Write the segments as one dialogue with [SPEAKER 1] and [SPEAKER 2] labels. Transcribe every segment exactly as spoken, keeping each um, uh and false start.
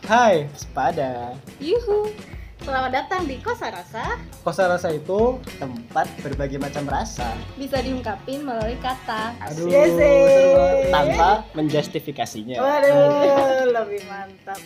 [SPEAKER 1] Hai, sepada.
[SPEAKER 2] Yuhu, selamat datang di Kosa Rasa.
[SPEAKER 1] Kosa rasa itu tempat berbagai macam rasa.
[SPEAKER 2] Bisa diungkapin melalui kata.
[SPEAKER 1] Aduh,
[SPEAKER 2] Yes,
[SPEAKER 1] seru banget. Tanpa menjustifikasinya.
[SPEAKER 2] Waduh, lebih mantap.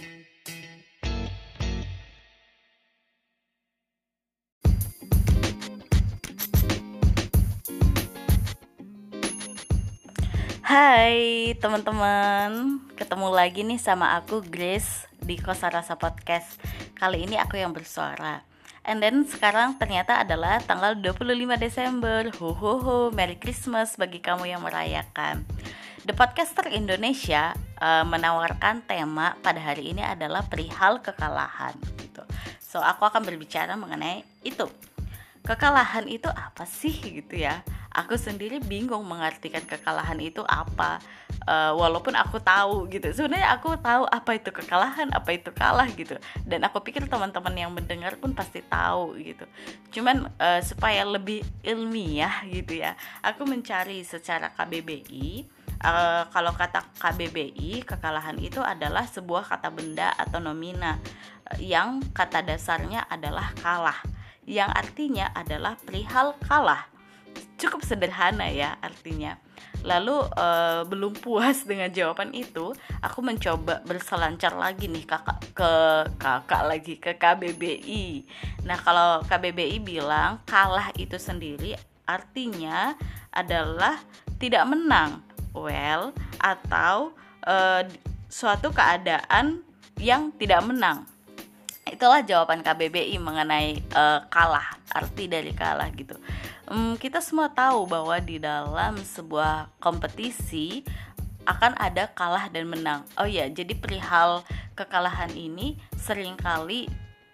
[SPEAKER 3] Hai teman-teman, ketemu lagi nih sama aku Grace di Kosa Rasa Podcast. Kali ini aku yang bersuara. And then sekarang ternyata adalah tanggal dua puluh lima Desember. Ho ho ho, Merry Christmas bagi kamu yang merayakan. The Podcaster Indonesia uh, menawarkan tema pada hari ini adalah perihal kekalahan gitu. So aku akan berbicara mengenai itu. Kekalahan itu apa sih gitu ya? Aku sendiri bingung mengartikan kekalahan itu apa. Uh, walaupun aku tahu gitu. Sebenarnya aku tahu apa itu kekalahan, apa itu kalah gitu. Dan aku pikir teman-teman yang mendengar pun pasti tahu gitu. Cuman uh, supaya lebih ilmiah gitu ya, aku mencari secara K B B I. Uh, kalau kata K B B I, kekalahan itu adalah sebuah kata benda atau nomina uh, yang kata dasarnya adalah kalah, yang artinya adalah perihal kalah. Cukup sederhana ya artinya. Lalu e, belum puas dengan jawaban itu, aku mencoba berselancar lagi nih kakak ke kakak lagi ke K B B I. Nah, kalau K B B I bilang kalah itu sendiri artinya adalah tidak menang, well, atau e, suatu keadaan yang tidak menang. Itulah jawaban K B B I mengenai e, kalah, arti dari kalah gitu. Hmm, kita semua tahu bahwa di dalam sebuah kompetisi akan ada kalah dan menang. Oh ya, jadi perihal kekalahan ini seringkali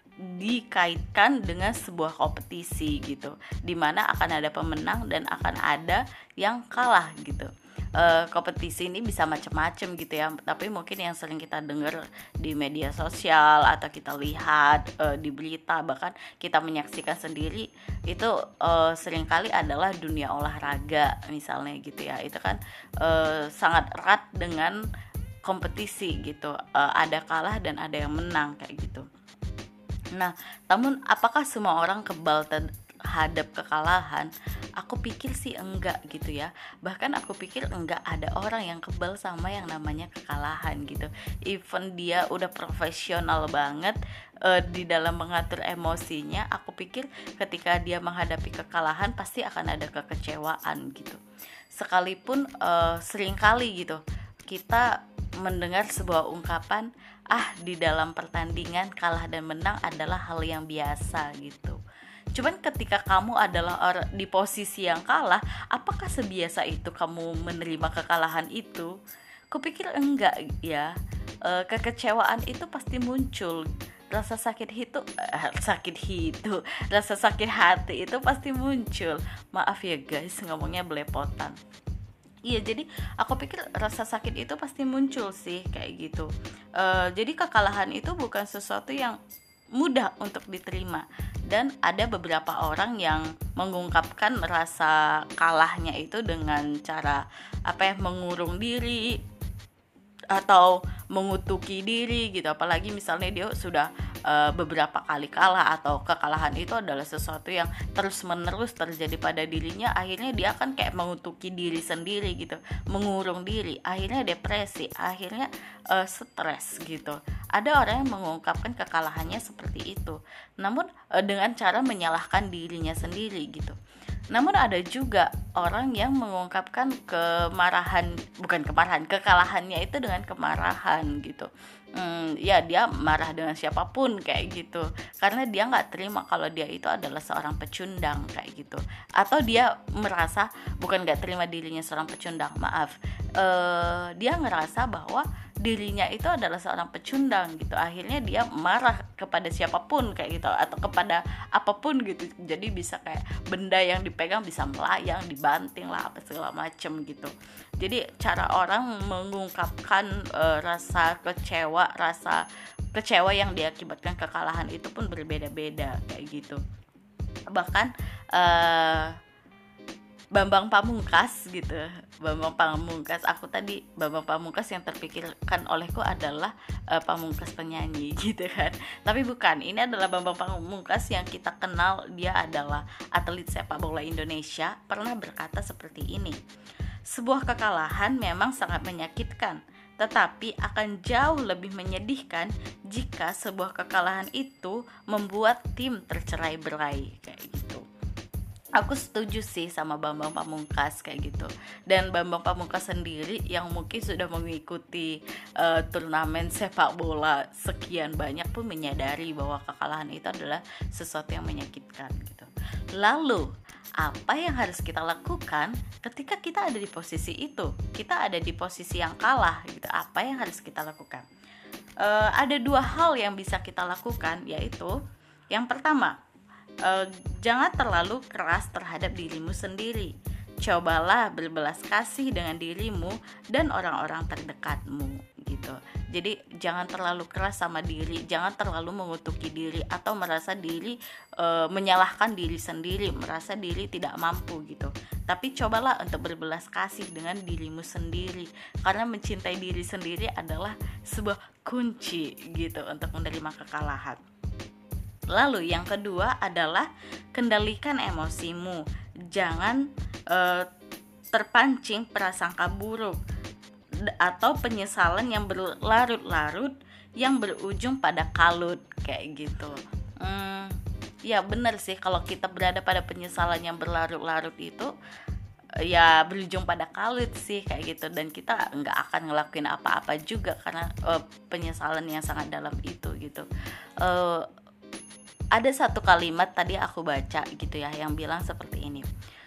[SPEAKER 3] dikaitkan dengan sebuah kompetisi gitu, dimana akan ada pemenang dan akan ada yang kalah gitu. Uh, kompetisi ini bisa macam-macam gitu ya, tapi mungkin yang sering kita dengar di media sosial atau kita lihat uh, di berita, bahkan kita menyaksikan sendiri itu uh, seringkali adalah dunia olahraga misalnya gitu ya. Itu kan uh, sangat erat dengan kompetisi gitu, uh, ada kalah dan ada yang menang kayak gitu. Nah, namun apakah semua orang kebal terhadap kekalahan? Aku pikir sih enggak gitu ya. Bahkan aku pikir enggak ada orang yang kebal sama yang namanya kekalahan gitu. Even dia udah profesional banget uh, di dalam mengatur emosinya, aku pikir ketika dia menghadapi kekalahan pasti akan ada kekecewaan gitu. Sekalipun uh, seringkali gitu kita mendengar sebuah ungkapan, ah di dalam pertandingan kalah dan menang adalah hal yang biasa gitu. Cuman ketika kamu adalah orang di posisi yang kalah, apakah sebiasa itu kamu menerima kekalahan itu? Kupikir enggak ya. E, kekecewaan itu pasti muncul. Rasa sakit itu eh, sakit itu, rasa sakit hati itu pasti muncul. Maaf ya guys, ngomongnya belepotan. Iya, jadi aku pikir rasa sakit itu pasti muncul sih kayak gitu. E, jadi kekalahan itu bukan sesuatu yang mudah untuk diterima, dan ada beberapa orang yang mengungkapkan rasa kalahnya itu dengan cara apa ya, mengurung diri atau mengutuki diri gitu. Apalagi misalnya dia sudah uh, beberapa kali kalah atau kekalahan itu adalah sesuatu yang terus-menerus terjadi pada dirinya, akhirnya dia akan kayak mengutuki diri sendiri gitu, mengurung diri, akhirnya depresi, akhirnya uh, stres gitu. Ada orang yang mengungkapkan kekalahannya seperti itu, namun uh, dengan cara menyalahkan dirinya sendiri gitu. Namun ada juga orang yang mengungkapkan kemarahan, bukan kemarahan, kekalahannya itu dengan kemarahan gitu. Hmm, ya dia marah dengan siapapun kayak gitu, karena dia nggak terima kalau dia itu adalah seorang pecundang kayak gitu. Atau dia merasa, bukan nggak terima dirinya seorang pecundang, maaf, uh, dia ngerasa bahwa dirinya itu adalah seorang pecundang gitu. Akhirnya dia marah kepada siapapun kayak gitu, atau kepada apapun gitu. Jadi bisa kayak benda yang dipegang bisa melayang, dibanting lah, apa segala macem gitu. Jadi cara orang mengungkapkan uh, rasa kecewa, rasa kecewa yang diakibatkan kekalahan itu pun berbeda-beda kayak gitu. Bahkan uh, Bambang Pamungkas gitu. Bambang Pamungkas, aku tadi Bambang Pamungkas yang terpikirkan olehku adalah uh, Pamungkas penyanyi gitu kan. Tapi bukan, ini adalah Bambang Pamungkas yang kita kenal. Dia adalah atlet sepak bola Indonesia, pernah berkata seperti ini: sebuah kekalahan memang sangat menyakitkan, tetapi akan jauh lebih menyedihkan jika sebuah kekalahan itu membuat tim tercerai-berai, kayak gitu. Aku setuju sih sama Bambang Pamungkas kayak gitu. Dan Bambang Pamungkas sendiri yang mungkin sudah mengikuti uh, turnamen sepak bola sekian banyak pun menyadari bahwa kekalahan itu adalah sesuatu yang menyakitkan gitu. Lalu apa yang harus kita lakukan ketika kita ada di posisi itu? Kita ada di posisi yang kalah gitu. Apa yang harus kita lakukan? Uh, ada dua hal yang bisa kita lakukan, yaitu yang pertama, Uh, jangan terlalu keras terhadap dirimu sendiri. Cobalah berbelas kasih dengan dirimu dan orang-orang terdekatmu gitu. Jadi jangan terlalu keras sama diri, jangan terlalu mengutuki diri atau merasa diri uh, menyalahkan diri sendiri, merasa diri tidak mampu gitu. Tapi cobalah untuk berbelas kasih dengan dirimu sendiri, karena mencintai diri sendiri adalah sebuah kunci gitu untuk menerima kekalahan. Lalu yang kedua adalah kendalikan emosimu. Jangan uh, terpancing prasangka buruk atau penyesalan yang berlarut-larut yang berujung pada kalut kayak gitu. Hmm, ya benar sih, kalau kita berada pada penyesalan yang berlarut-larut itu ya berujung pada kalut sih kayak gitu, dan kita nggak akan ngelakuin apa-apa juga karena uh, penyesalan yang sangat dalam itu gitu. Uh, Ada satu kalimat tadi aku baca gitu ya yang bilang seperti ini: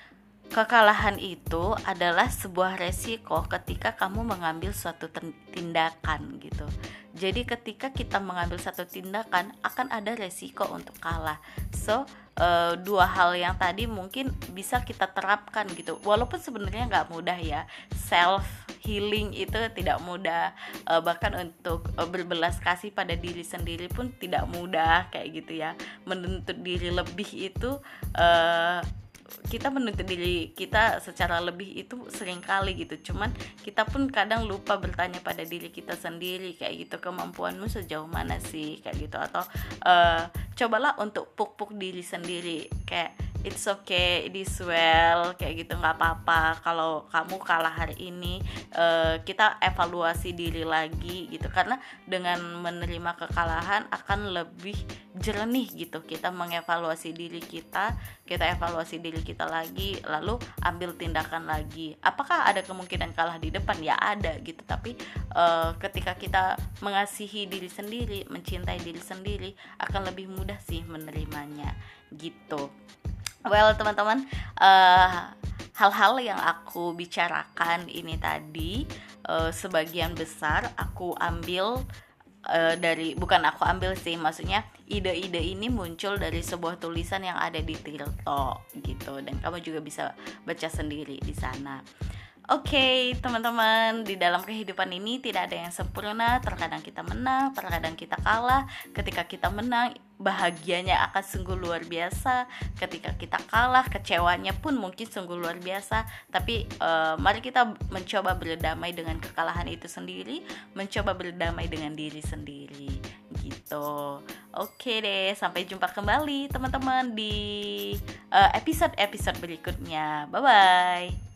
[SPEAKER 3] kekalahan itu adalah sebuah resiko ketika kamu mengambil suatu tindakan gitu. Jadi ketika kita mengambil satu tindakan akan ada resiko untuk kalah. So uh, dua hal yang tadi mungkin bisa kita terapkan gitu. Walaupun sebenarnya nggak mudah ya, self healing itu tidak mudah, uh, bahkan untuk uh, berbelas kasih pada diri sendiri pun tidak mudah kayak gitu ya. Menuntut diri lebih itu uh, kita menuntut diri kita secara lebih itu sering kali gitu. Cuman kita pun kadang lupa bertanya pada diri kita sendiri kayak gitu, kemampuanmu sejauh mana sih kayak gitu. Atau uh, cobalah untuk puk-puk diri sendiri kayak it's okay, it is well kayak gitu, nggak apa-apa kalau kamu kalah hari ini. Uh, kita evaluasi diri lagi gitu, karena dengan menerima kekalahan akan lebih jernih gitu. Kita mengevaluasi diri kita, kita evaluasi diri kita lagi, lalu ambil tindakan lagi. Apakah ada kemungkinan kalah di depan? Ya ada gitu, tapi uh, ketika kita mengasihi diri sendiri, mencintai diri sendiri, akan lebih mudah sih menerimanya gitu. Well teman-teman, uh, hal-hal yang aku bicarakan ini tadi uh, sebagian besar aku ambil uh, dari, bukan aku ambil sih, maksudnya ide-ide ini muncul dari sebuah tulisan yang ada di Tirto gitu, dan kamu juga bisa baca sendiri di sana. Oke okay, teman-teman, di dalam kehidupan ini tidak ada yang sempurna. Terkadang kita menang, terkadang kita kalah. Ketika kita menang, bahagianya akan sungguh luar biasa. Ketika kita kalah, kecewanya pun mungkin sungguh luar biasa. Tapi uh, mari kita mencoba berdamai dengan kekalahan itu sendiri, mencoba berdamai dengan diri sendiri gitu. Oke deh, sampai jumpa kembali teman-teman di uh, episode-episode berikutnya. Bye-bye.